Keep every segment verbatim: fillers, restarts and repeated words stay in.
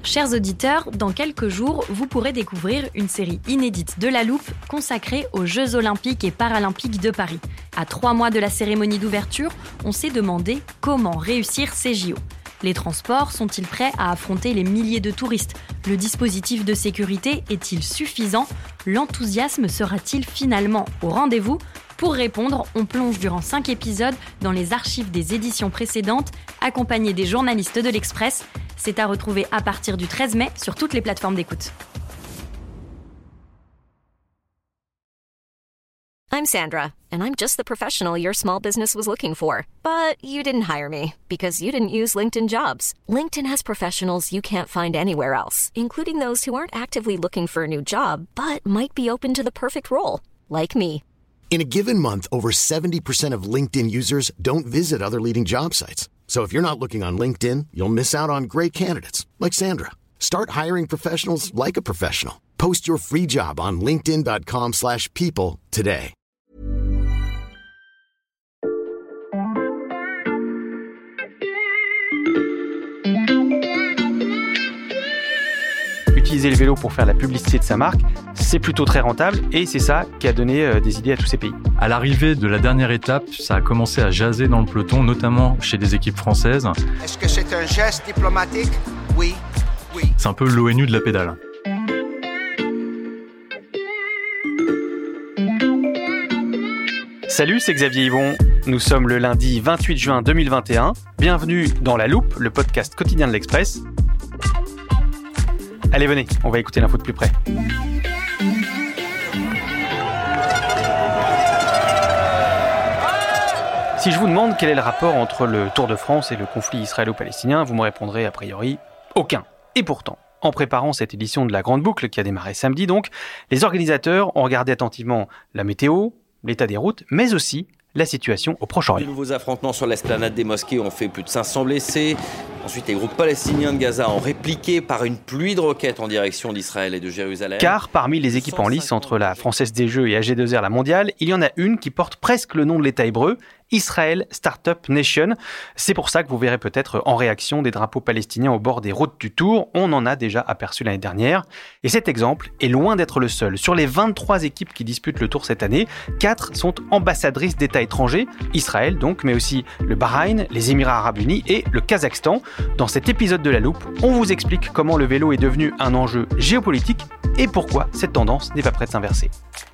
Chers auditeurs, dans quelques jours, vous pourrez découvrir une série inédite de La Loupe consacrée aux Jeux Olympiques et Paralympiques de Paris. À trois mois de la cérémonie d'ouverture, on s'est demandé comment réussir ces J O. Les transports sont-ils prêts à affronter les milliers de touristes ? Le dispositif de sécurité est-il suffisant ? L'enthousiasme sera-t-il finalement au rendez-vous ? Pour répondre, on plonge durant cinq épisodes dans les archives des éditions précédentes, accompagnés des journalistes de l'Express. C'est à retrouver à partir du treize mai sur toutes les plateformes d'écoute. I'm Sandra, and I'm just the professional your small business was looking for. But you didn't hire me because you didn't use LinkedIn Jobs. LinkedIn has professionals you can't find anywhere else, including those who aren't actively looking for a new job, but might be open to the perfect role, like me. In a given month, over seventy percent of LinkedIn users don't visit other leading job sites. So if you're not looking on LinkedIn, you'll miss out on great candidates like Sandra. Start hiring professionals like a professional. Post your free job on linkedin dot com slash people today. Utiliser le vélo pour faire la publicité de sa marque, c'est plutôt très rentable et c'est ça qui a donné euh, des idées à tous ces pays. À l'arrivée de la dernière étape, ça a commencé à jaser dans le peloton, notamment chez des équipes françaises. Est-ce que c'est un geste diplomatique ? Oui, oui. C'est un peu l'O N U de la pédale. Salut, c'est Xavier Yvon. Nous sommes le lundi vingt-huit juin deux mille vingt et un. Bienvenue dans La Loupe, le podcast quotidien de l'Express. Allez, venez, on va écouter l'info de plus près. Si je vous demande quel est le rapport entre le Tour de France et le conflit israélo-palestinien, vous me répondrez a priori aucun. Et pourtant, en préparant cette édition de la Grande Boucle qui a démarré samedi donc, les organisateurs ont regardé attentivement la météo, l'état des routes, mais aussi la situation au Proche-Orient. De nouveaux affrontements sur l'esplanade des mosquées ont fait plus de cinq cents blessés. Ensuite, les groupes palestiniens de Gaza ont répliqué par une pluie de roquettes en direction d'Israël et de Jérusalem. Car parmi les équipes en lice entre la Française des Jeux et A G deux R la mondiale, il y en a une qui porte presque le nom de l'État hébreu, Israel Startup Nation. C'est pour ça que vous verrez peut-être en réaction des drapeaux palestiniens au bord des routes du Tour. On en a déjà aperçu l'année dernière. Et cet exemple est loin d'être le seul. Sur les vingt-trois équipes qui disputent le Tour cette année, quatre sont ambassadrices d'États étrangers, Israël donc, mais aussi le Bahreïn, les Émirats Arabes Unis et le Kazakhstan. Dans cet épisode de La Loupe, on vous explique comment le vélo est devenu un enjeu géopolitique et pourquoi cette tendance n'est pas prête de s'inverser.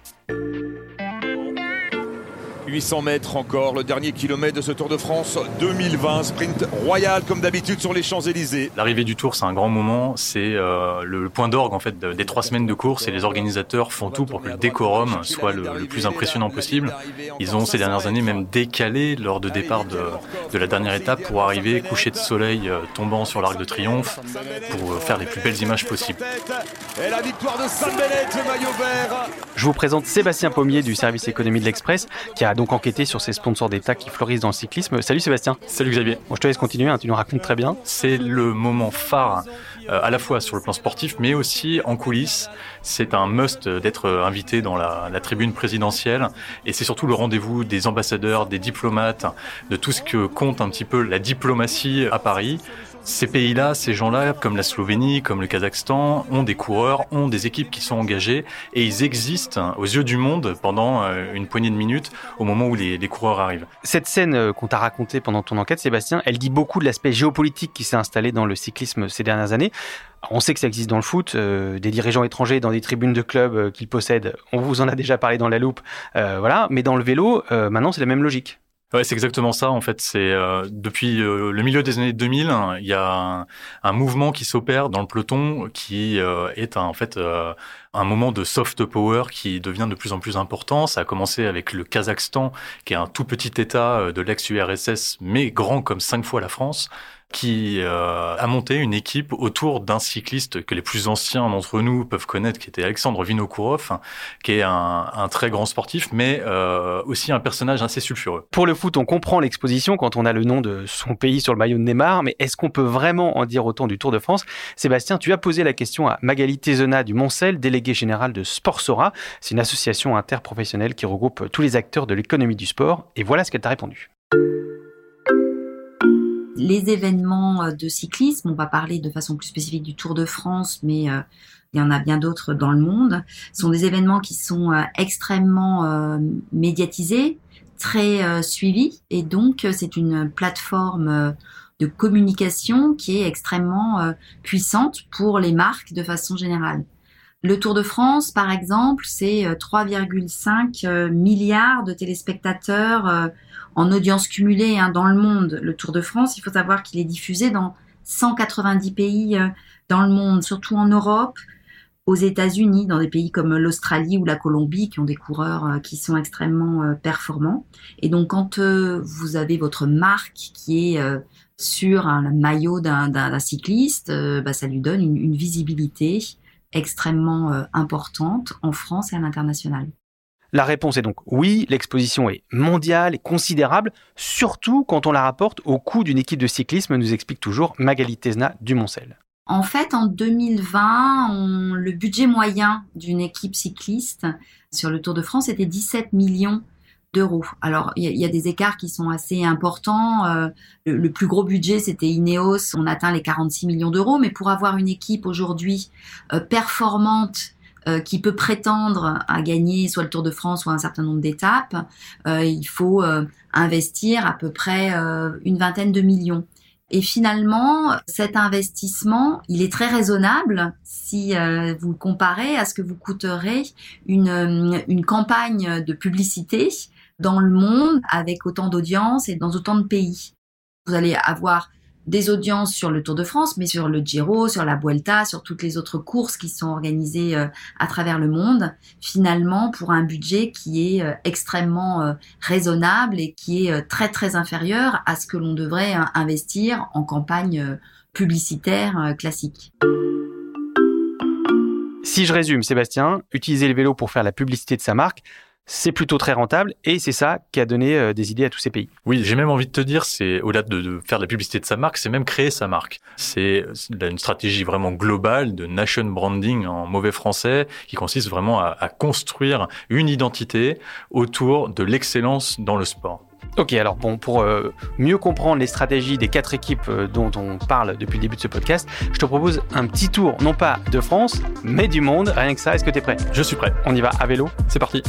huit cents mètres encore, le dernier kilomètre de ce Tour de France deux mille vingt, sprint royal comme d'habitude sur les Champs-Élysées. L'arrivée du Tour, c'est un grand moment, c'est euh, le point d'orgue en fait des trois semaines de course et les organisateurs font tout pour que le décorum soit le, le plus impressionnant possible. Ils ont ces dernières années même décalé l'heure de départ de, de la dernière étape pour arriver coucher de soleil euh, tombant sur l'Arc de Triomphe pour euh, faire les plus belles images possibles. Et la victoire de Saint-Bellet, le maillot vert. Je vous présente Sébastien Pommier du service économie de l'Express qui a donc enquêté sur ces sponsors d'État qui fleurissent dans le cyclisme. Salut Sébastien. Salut Xavier. Bon, je te laisse continuer, hein, tu nous racontes très bien. C'est le moment phare euh, à la fois sur le plan sportif mais aussi en coulisses. C'est un must d'être invité dans la, la tribune présidentielle et c'est surtout le rendez-vous des ambassadeurs, des diplomates, de tout ce que compte un petit peu la diplomatie à Paris. Ces pays-là, ces gens-là, comme la Slovénie, comme le Kazakhstan, ont des coureurs, ont des équipes qui sont engagées et ils existent aux yeux du monde pendant une poignée de minutes au moment où les, les coureurs arrivent. Cette scène qu'on t'a racontée pendant ton enquête, Sébastien, elle dit beaucoup de l'aspect géopolitique qui s'est installé dans le cyclisme ces dernières années. On sait que ça existe dans le foot, euh, des dirigeants étrangers dans des tribunes de clubs euh, qu'ils possèdent. On vous en a déjà parlé dans La Loupe, euh, voilà. Mais dans le vélo, euh, maintenant, c'est la même logique. Ouais, c'est exactement ça. En fait, c'est euh, depuis euh, le milieu des années deux mille, hein, il y a un, un mouvement qui s'opère dans le peloton qui euh, est un, en fait euh, un moment de soft power qui devient de plus en plus important. Ça a commencé avec le Kazakhstan, qui est un tout petit État de l'ex-U R S S, mais grand comme cinq fois la France, qui euh, a monté une équipe autour d'un cycliste que les plus anciens d'entre nous peuvent connaître, qui était Alexandre Vinokourov, qui est un, un très grand sportif, mais euh, aussi un personnage assez sulfureux. Pour le foot, on comprend l'exposition quand on a le nom de son pays sur le maillot de Neymar, mais est-ce qu'on peut vraiment en dire autant du Tour de France ? Sébastien, tu as posé la question à Magali Tezena du Moncel, déléguée générale de Sportsora. C'est une association interprofessionnelle qui regroupe tous les acteurs de l'économie du sport, et voilà ce qu'elle t'a répondu. Les événements de cyclisme, on va parler de façon plus spécifique du Tour de France, mais euh, il y en a bien d'autres dans le monde, sont des événements qui sont euh, extrêmement euh, médiatisés, très euh, suivis, et donc c'est une plateforme euh, de communication qui est extrêmement euh, puissante pour les marques de façon générale. Le Tour de France, par exemple, c'est trois virgule cinq milliards de téléspectateurs euh, en audience cumulée hein, dans le monde. Le Tour de France, il faut savoir qu'il est diffusé dans cent quatre-vingt-dix pays euh, dans le monde, surtout en Europe, aux États-Unis, dans des pays comme l'Australie ou la Colombie, qui ont des coureurs euh, qui sont extrêmement euh, performants. Et donc, quand euh, vous avez votre marque qui est euh, sur un maillot d'un, d'un, d'un cycliste, euh, bah, ça lui donne une, une visibilité extrêmement euh, importante en France et à l'international. La réponse est donc oui, l'exposition est mondiale et considérable, surtout quand on la rapporte au coût d'une équipe de cyclisme, nous explique toujours Magali Tesna du Moncel. En fait, en deux mille vingt, on, le budget moyen d'une équipe cycliste sur le Tour de France était dix-sept millions d'euros. Alors, il y, y a des écarts qui sont assez importants. Euh, le, le plus gros budget, c'était Ineos. On atteint les quarante-six millions d'euros. Mais pour avoir une équipe aujourd'hui euh, performante, euh, qui peut prétendre à gagner soit le Tour de France, soit un certain nombre d'étapes, euh, il faut euh, investir à peu près euh, une vingtaine de millions. Et finalement, cet investissement, il est très raisonnable si euh, vous le comparez à ce que vous coûterait une, une campagne de publicité dans le monde avec autant d'audience et dans autant de pays. Vous allez avoir des audiences sur le Tour de France, mais sur le Giro, sur la Vuelta, sur toutes les autres courses qui sont organisées euh, à travers le monde, finalement pour un budget qui est euh, extrêmement euh, raisonnable et qui est euh, très très inférieur à ce que l'on devrait euh, investir en campagne euh, publicitaire euh, classique. Si je résume, Sébastien, utiliser le vélo pour faire la publicité de sa marque, c'est plutôt très rentable et c'est ça qui a donné euh, des idées à tous ces pays. Oui, j'ai même envie de te dire, c'est au-delà de, de faire de la publicité de sa marque, c'est même créer sa marque. C'est, c'est une stratégie vraiment globale de nation branding en mauvais français qui consiste vraiment à, à construire une identité autour de l'excellence dans le sport. Ok, alors bon, pour euh, mieux comprendre les stratégies des quatre équipes euh, dont on parle depuis le début de ce podcast, je te propose un petit tour, non pas de France, mais du monde. Rien que ça, est-ce que tu es prêt ? Je suis prêt. On y va à vélo ? C'est parti.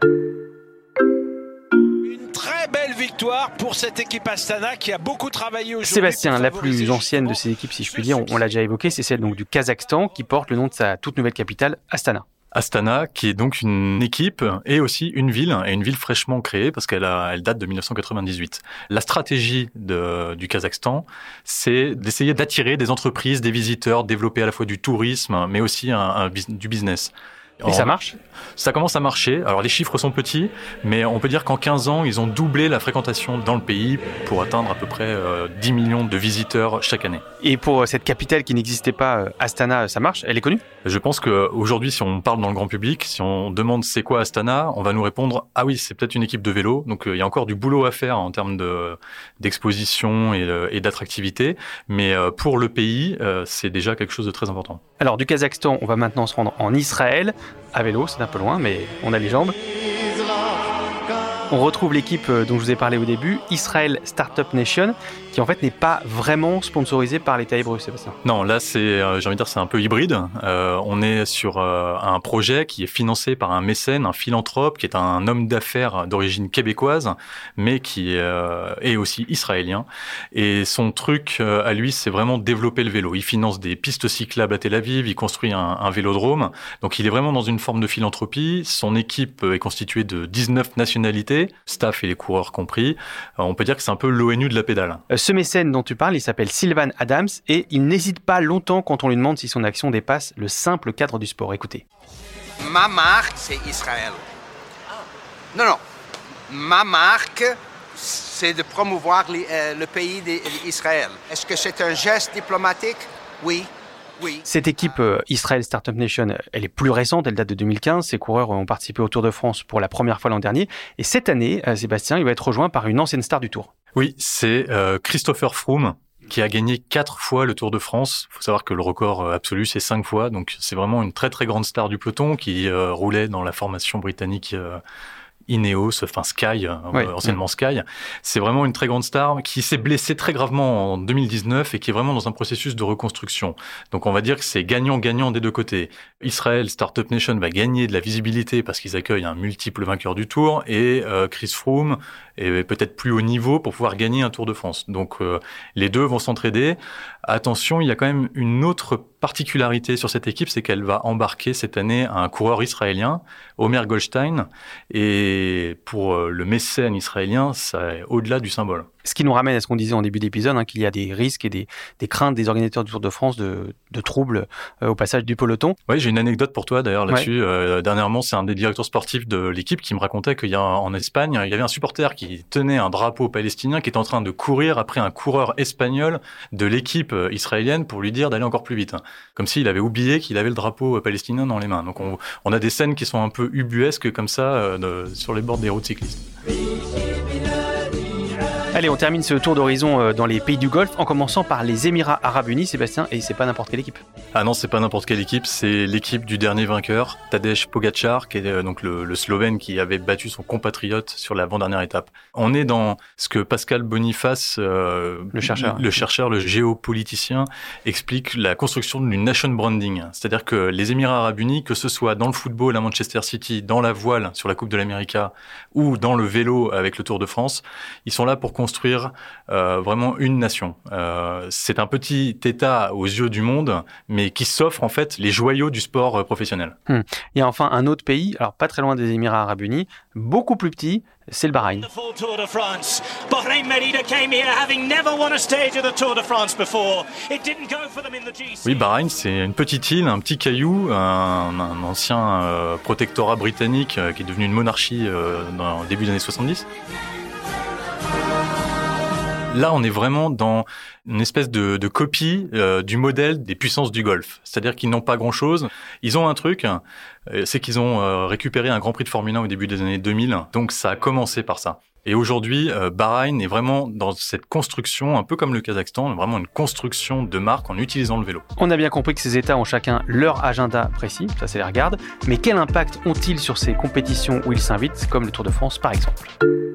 Une très belle victoire pour cette équipe Astana qui a beaucoup travaillé aujourd'hui. Sébastien, la plus ancienne de ces équipes, si je puis dire, on, on l'a déjà évoqué, c'est celle donc du Kazakhstan qui porte le nom de sa toute nouvelle capitale, Astana. Astana, qui est donc une équipe et aussi une ville, et une ville fraîchement créée parce qu'elle a, elle date de dix-neuf cent quatre-vingt-dix-huit. La stratégie de, du Kazakhstan, c'est d'essayer d'attirer des entreprises, des visiteurs, développer à la fois du tourisme, mais aussi un, un, du business. Et Alors, ça marche ? Ça commence à marcher. Alors les chiffres sont petits, mais on peut dire qu'en quinze ans, ils ont doublé la fréquentation dans le pays pour atteindre à peu près euh, dix millions de visiteurs chaque année. Et pour cette capitale qui n'existait pas, Astana, ça marche ? Elle est connue ? Je pense qu'aujourd'hui, si on parle dans le grand public, si on demande c'est quoi Astana, on va nous répondre « Ah oui, c'est peut-être une équipe de vélo ». Donc il y a encore du boulot à faire en termes de, d'exposition et, et d'attractivité, mais pour le pays, c'est déjà quelque chose de très important. Alors du Kazakhstan, on va maintenant se rendre en Israël. À vélo, c'est un peu loin, mais on a les jambes. On retrouve l'équipe dont je vous ai parlé au début, Israel Startup Nation, qui en fait n'est pas vraiment sponsorisée par l'État hébreu, Sébastien. Non, là c'est, euh, j'ai envie de dire, c'est un peu hybride. Euh, on est sur euh, un projet qui est financé par un mécène, un philanthrope, qui est un homme d'affaires d'origine québécoise, mais qui euh, est aussi israélien. Et son truc euh, à lui, c'est vraiment développer le vélo. Il finance des pistes cyclables à Tel Aviv, il construit un, un vélodrome. Donc il est vraiment dans une forme de philanthropie. Son équipe est constituée de dix-neuf nationalités, staff et les coureurs compris. Euh, on peut dire que c'est un peu l'ONU de la pédale. Ce mécène dont tu parles, il s'appelle Sylvan Adams et il n'hésite pas longtemps quand on lui demande si son action dépasse le simple cadre du sport. Écoutez. Ma marque, c'est Israël. Non, non. Ma marque, c'est de promouvoir les, euh, le pays d'Israël. Est-ce que c'est un geste diplomatique ? Oui. Oui. Cette équipe euh, Israel Startup Nation, elle est plus récente, elle date de deux mille quinze. Ces coureurs ont participé au Tour de France pour la première fois l'an dernier. Et cette année, euh, Sébastien, il va être rejoint par une ancienne star du Tour. Oui, c'est euh, Christopher Froome qui a gagné quatre fois le Tour de France. Il faut savoir que le record absolu, c'est cinq fois. Donc c'est vraiment une très très grande star du peloton qui euh, roulait dans la formation britannique euh, Ineos, enfin Sky, ouais. anciennement Sky. C'est vraiment une très grande star qui s'est blessée très gravement en deux mille dix-neuf et qui est vraiment dans un processus de reconstruction. Donc on va dire que c'est gagnant-gagnant des deux côtés. Israel, Startup Nation, va gagner de la visibilité parce qu'ils accueillent un multiple vainqueur du Tour et euh, Chris Froome est peut-être plus haut niveau pour pouvoir gagner un Tour de France. Donc euh, les deux vont s'entraider. Attention, il y a quand même une autre particularité sur cette équipe, c'est qu'elle va embarquer cette année un coureur israélien, Omer Goldstein, et pour le mécène israélien, c'est au-delà du symbole. Ce qui nous ramène à ce qu'on disait en début d'épisode, hein, qu'il y a des risques et des, des craintes des organisateurs du Tour de France de, de troubles euh, au passage du peloton. Oui, j'ai une anecdote pour toi d'ailleurs là-dessus. Ouais. Euh, dernièrement, c'est un des directeurs sportifs de l'équipe qui me racontait qu'il y a en Espagne, il y avait un supporter qui tenait un drapeau palestinien qui était en train de courir après un coureur espagnol de l'équipe israélienne pour lui dire d'aller encore plus vite. Comme s'il avait oublié qu'il avait le drapeau palestinien dans les mains. Donc on, on a des scènes qui sont un peu ubuesques comme ça euh, de, sur les bords des routes cyclistes. Allez, on termine ce tour d'horizon dans les pays du Golfe en commençant par les Émirats Arabes Unis, Sébastien, et c'est pas n'importe quelle équipe. Ah non, c'est pas n'importe quelle équipe, c'est l'équipe du dernier vainqueur, Tadej Pogačar, qui est donc le, le Slovène qui avait battu son compatriote sur l'avant-dernière étape. On est dans ce que Pascal Boniface, euh, le chercheur, le chercheur, le géopoliticien, explique la construction d'une nation branding. C'est-à-dire que les Émirats Arabes Unis, que ce soit dans le football à Manchester City, dans la voile sur la Coupe de l'Amérique ou dans le vélo avec le Tour de France, ils sont là pour construire euh, vraiment une nation. Euh, c'est un petit État aux yeux du monde, mais qui s'offre en fait les joyaux du sport euh, professionnel. Hum. Il y a enfin un autre pays, alors pas très loin des Émirats Arabes Unis, beaucoup plus petit, c'est le Bahreïn. Oui, Bahreïn, c'est une petite île, un petit caillou, un, un ancien euh, protectorat britannique euh, qui est devenu une monarchie euh, dans le début des années soixante-dix. Là, on est vraiment dans une espèce de, de copie euh, du modèle des puissances du Golfe. C'est-à-dire qu'ils n'ont pas grand-chose. Ils ont un truc, euh, c'est qu'ils ont euh, récupéré un Grand Prix de Formule un au début des années deux mille. Donc, ça a commencé par ça. Et aujourd'hui, euh, Bahreïn est vraiment dans cette construction, un peu comme le Kazakhstan, vraiment une construction de marque en utilisant le vélo. On a bien compris que ces États ont chacun leur agenda précis, ça c'est les regarde. Mais quel impact ont-ils sur ces compétitions où ils s'invitent, comme le Tour de France par exemple ?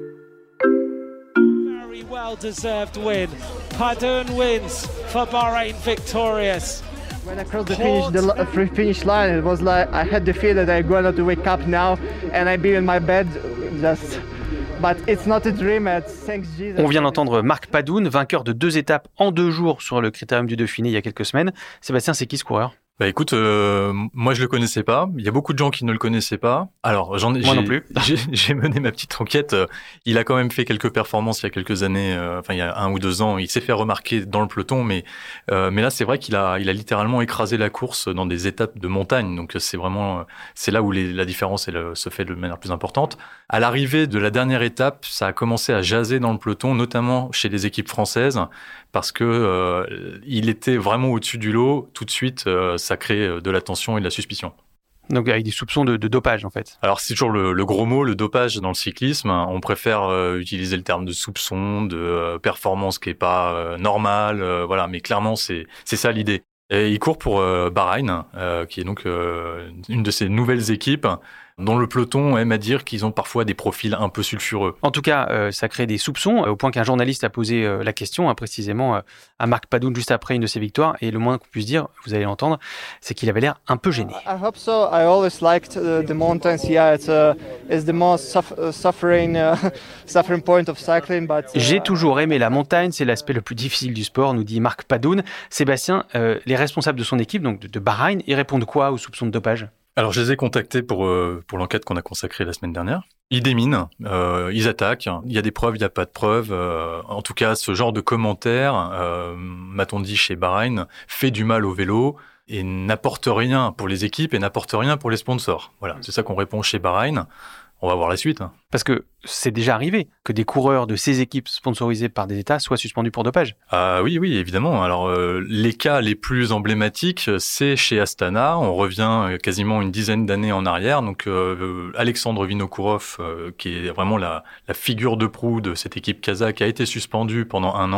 Well-deserved win. Padun wins for Bahrain victorious. When I crossed the finish, the finish line, it was like I had the feeling that I'm going to wake up now and I'd be in my bed just. But it's not a dream. It's thanks Jesus. On vient d'entendre Marc Padun, vainqueur de deux étapes en deux jours sur le Critérium du Dauphiné il y a quelques semaines. Sébastien, c'est qui ce coureur ? Bah écoute, euh, moi je le connaissais pas. Il y a beaucoup de gens qui ne le connaissaient pas. Alors j'en ai, moi j'ai, non plus. j'ai, j'ai mené ma petite enquête. Il a quand même fait quelques performances il y a quelques années. Euh, enfin il y a un ou deux ans, il s'est fait remarquer dans le peloton, mais euh, mais là c'est vrai qu'il a il a littéralement écrasé la course dans des étapes de montagne. Donc c'est vraiment c'est là où les, la différence elle, se fait de manière plus importante. À l'arrivée de la dernière étape, ça a commencé à jaser dans le peloton, notamment chez les équipes françaises, parce que euh, il était vraiment au-dessus du lot. Tout de suite. Euh, ça crée de la tension et de la suspicion. Donc avec des soupçons de, de dopage en fait. Alors c'est toujours le, le gros mot, le dopage dans le cyclisme. On préfère euh, utiliser le terme de soupçon, de euh, performance qui est pas euh, normale, euh, voilà. Mais clairement c'est c'est ça l'idée. Et il court pour euh, Bahreïn, euh, qui est donc euh, une de ces nouvelles équipes dont le peloton aime à dire qu'ils ont parfois des profils un peu sulfureux. En tout cas, euh, ça crée des soupçons, euh, au point qu'un journaliste a posé euh, la question, hein, précisément, euh, à Marc Padun juste après une de ses victoires, et le moins qu'on puisse dire, vous allez l'entendre, c'est qu'il avait l'air un peu gêné. I hope so. I always liked uh, the mountains. Yeah, it's, uh, it's the most suf- uh, suffering, uh, suffering point of cycling. But uh, j'ai toujours aimé la montagne, c'est l'aspect le plus difficile du sport, nous dit Marc Padun. Sébastien, euh, les responsables de son équipe, donc de, de Bahreïn, ils répondent quoi aux soupçons de dopage ? Alors, je les ai contactés pour euh, pour l'enquête qu'on a consacrée la semaine dernière. Ils déminent, euh, ils attaquent. Il y a des preuves, il n'y a pas de preuves. Euh, en tout cas, ce genre de commentaire, euh, m'a-t-on dit chez Bahreïn, fait du mal au vélo et n'apporte rien pour les équipes et n'apporte rien pour les sponsors. Voilà, c'est ça qu'on répond chez Bahreïn. On va voir la suite. Parce que c'est déjà arrivé que des coureurs de ces équipes sponsorisées par des États soient suspendus pour dopage. Ah oui, oui, évidemment. Alors euh, les cas les plus emblématiques, c'est chez Astana. On revient quasiment une dizaine d'années en arrière. Donc euh, Alexandre Vinokourov, euh, qui est vraiment la, la figure de proue de cette équipe kazakh, a été suspendu pendant un an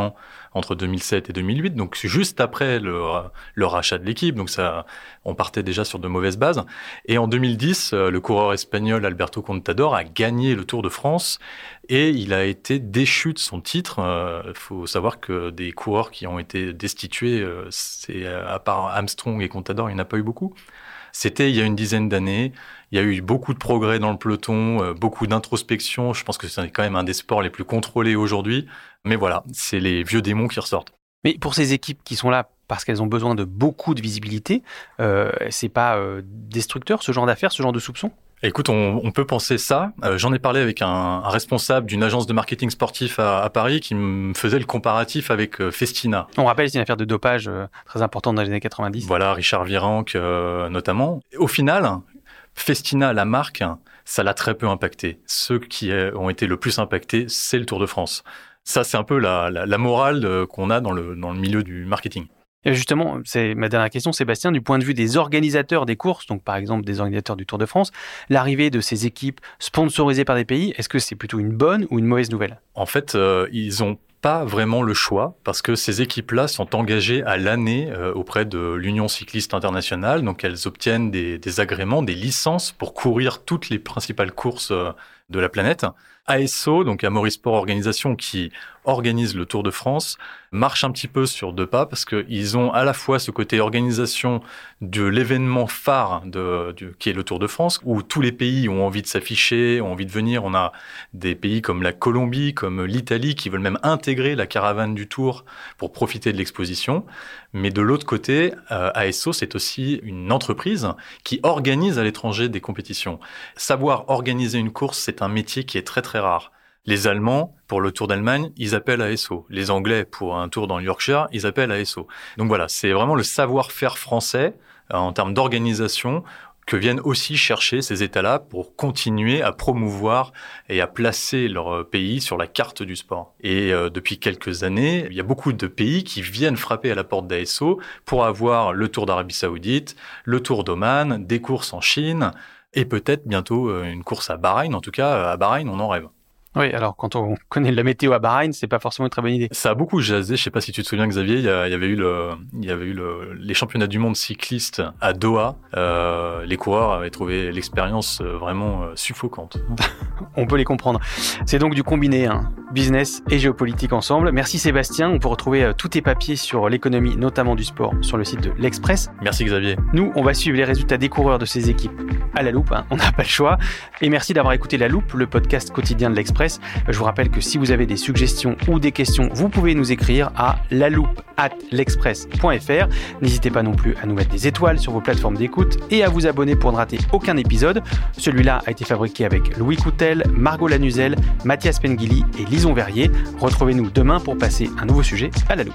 entre deux mille sept et deux mille huit, donc juste après le, le rachat de l'équipe. Donc ça, on partait déjà sur de mauvaises bases. Et en deux mille dix, le coureur espagnol Alberto Contador a gagné le Tour de France et il a été déchu de son titre. Il faut savoir que des coureurs qui ont été destitués, c'est, à part Armstrong et Contador, il n'y en a pas eu beaucoup. C'était il y a une dizaine d'années. Il y a eu beaucoup de progrès dans le peloton, euh, beaucoup d'introspection. Je pense que c'est quand même un des sports les plus contrôlés aujourd'hui. Mais voilà, c'est les vieux démons qui ressortent. Mais pour ces équipes qui sont là parce qu'elles ont besoin de beaucoup de visibilité, euh, c'est pas euh, destructeur ce genre d'affaires, ce genre de soupçons ? Écoute, on, on peut penser ça. Euh, j'en ai parlé avec un, un responsable d'une agence de marketing sportif à, à Paris qui me faisait le comparatif avec euh, Festina. On rappelle, c'est une affaire de dopage euh, très importante dans les années quatre-vingt-dix. Voilà, Richard Virenque euh, notamment. Au final, Festina, la marque, ça l'a très peu impacté. Ceux qui ont été le plus impactés, c'est le Tour de France. Ça, c'est un peu la, la, la morale qu'on a dans le, dans le milieu du marketing. Et justement, c'est ma dernière question, Sébastien, du point de vue des organisateurs des courses, donc par exemple des organisateurs du Tour de France, l'arrivée de ces équipes sponsorisées par des pays, est-ce que c'est plutôt une bonne ou une mauvaise nouvelle ? En fait, euh, ils ont pas vraiment le choix parce que ces équipes-là sont engagées à l'année euh, auprès de l'Union cycliste internationale. Donc, elles obtiennent des, des agréments, des licences pour courir toutes les principales courses euh, de la planète. A S O, donc Amaury Sport Organisation, qui organise le Tour de France, marche un petit peu sur deux pas parce qu'ils ont à la fois ce côté organisation de l'événement phare de, de, qui est le Tour de France, où tous les pays ont envie de s'afficher, ont envie de venir. On a des pays comme la Colombie, comme l'Italie, qui veulent même intégrer la caravane du Tour pour profiter de l'exposition. Mais de l'autre côté, euh, A S O, c'est aussi une entreprise qui organise à l'étranger des compétitions. Savoir organiser une course, c'est un métier qui est très très rare. Les Allemands, pour le Tour d'Allemagne, ils appellent A S O. Les Anglais, pour un tour dans le Yorkshire, ils appellent A S O. Donc voilà, c'est vraiment le savoir-faire français euh, en termes d'organisation que viennent aussi chercher ces États-là pour continuer à promouvoir et à placer leur pays sur la carte du sport. Et euh, depuis quelques années, il y a beaucoup de pays qui viennent frapper à la porte d'A S O pour avoir le Tour d'Arabie Saoudite, le Tour d'Oman, des courses en Chine et peut-être bientôt une course à Bahreïn. En tout cas, à Bahreïn, on en rêve. Oui, alors quand on connaît la météo à Bahreïn, c'est pas forcément une très bonne idée. Ça a beaucoup jasé, je sais pas si tu te souviens Xavier, il y, a, il y avait eu, le, il y avait eu le, les championnats du monde cyclistes à Doha. Euh, les coureurs avaient trouvé l'expérience vraiment suffocante. On peut les comprendre. C'est donc du combiné, hein, business et géopolitique ensemble. Merci Sébastien, on peut retrouver tous tes papiers sur l'économie, notamment du sport, sur le site de l'Express. Merci Xavier. Nous, on va suivre les résultats des coureurs de ces équipes à la loupe, hein, on n'a pas le choix. Et merci d'avoir écouté La Loupe, le podcast quotidien de l'Express. Je vous rappelle que si vous avez des suggestions ou des questions, vous pouvez nous écrire à laloupe arobase l'express point f r. N'hésitez pas non plus à nous mettre des étoiles sur vos plateformes d'écoute et à vous abonner pour ne rater aucun épisode. Celui-là a été fabriqué avec Louis Coutel, Margot Lanuzel, Mathias Pengili et Lison Verrier. Retrouvez-nous demain pour passer un nouveau sujet à la loupe.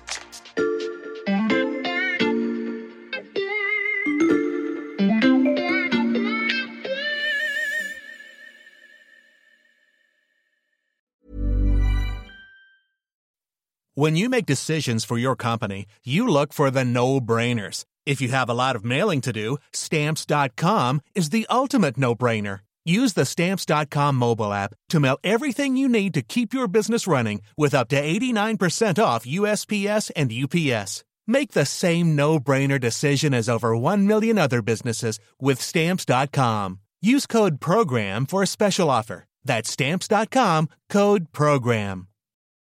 When you make decisions for your company, you look for the no-brainers. If you have a lot of mailing to do, Stamps dot com is the ultimate no-brainer. Use the Stamps dot com mobile app to mail everything you need to keep your business running with up to eighty-nine percent off U S P S and U P S. Make the same no-brainer decision as over one million other businesses with Stamps dot com. Use code PROGRAM for a special offer. That's Stamps dot com, code PROGRAM.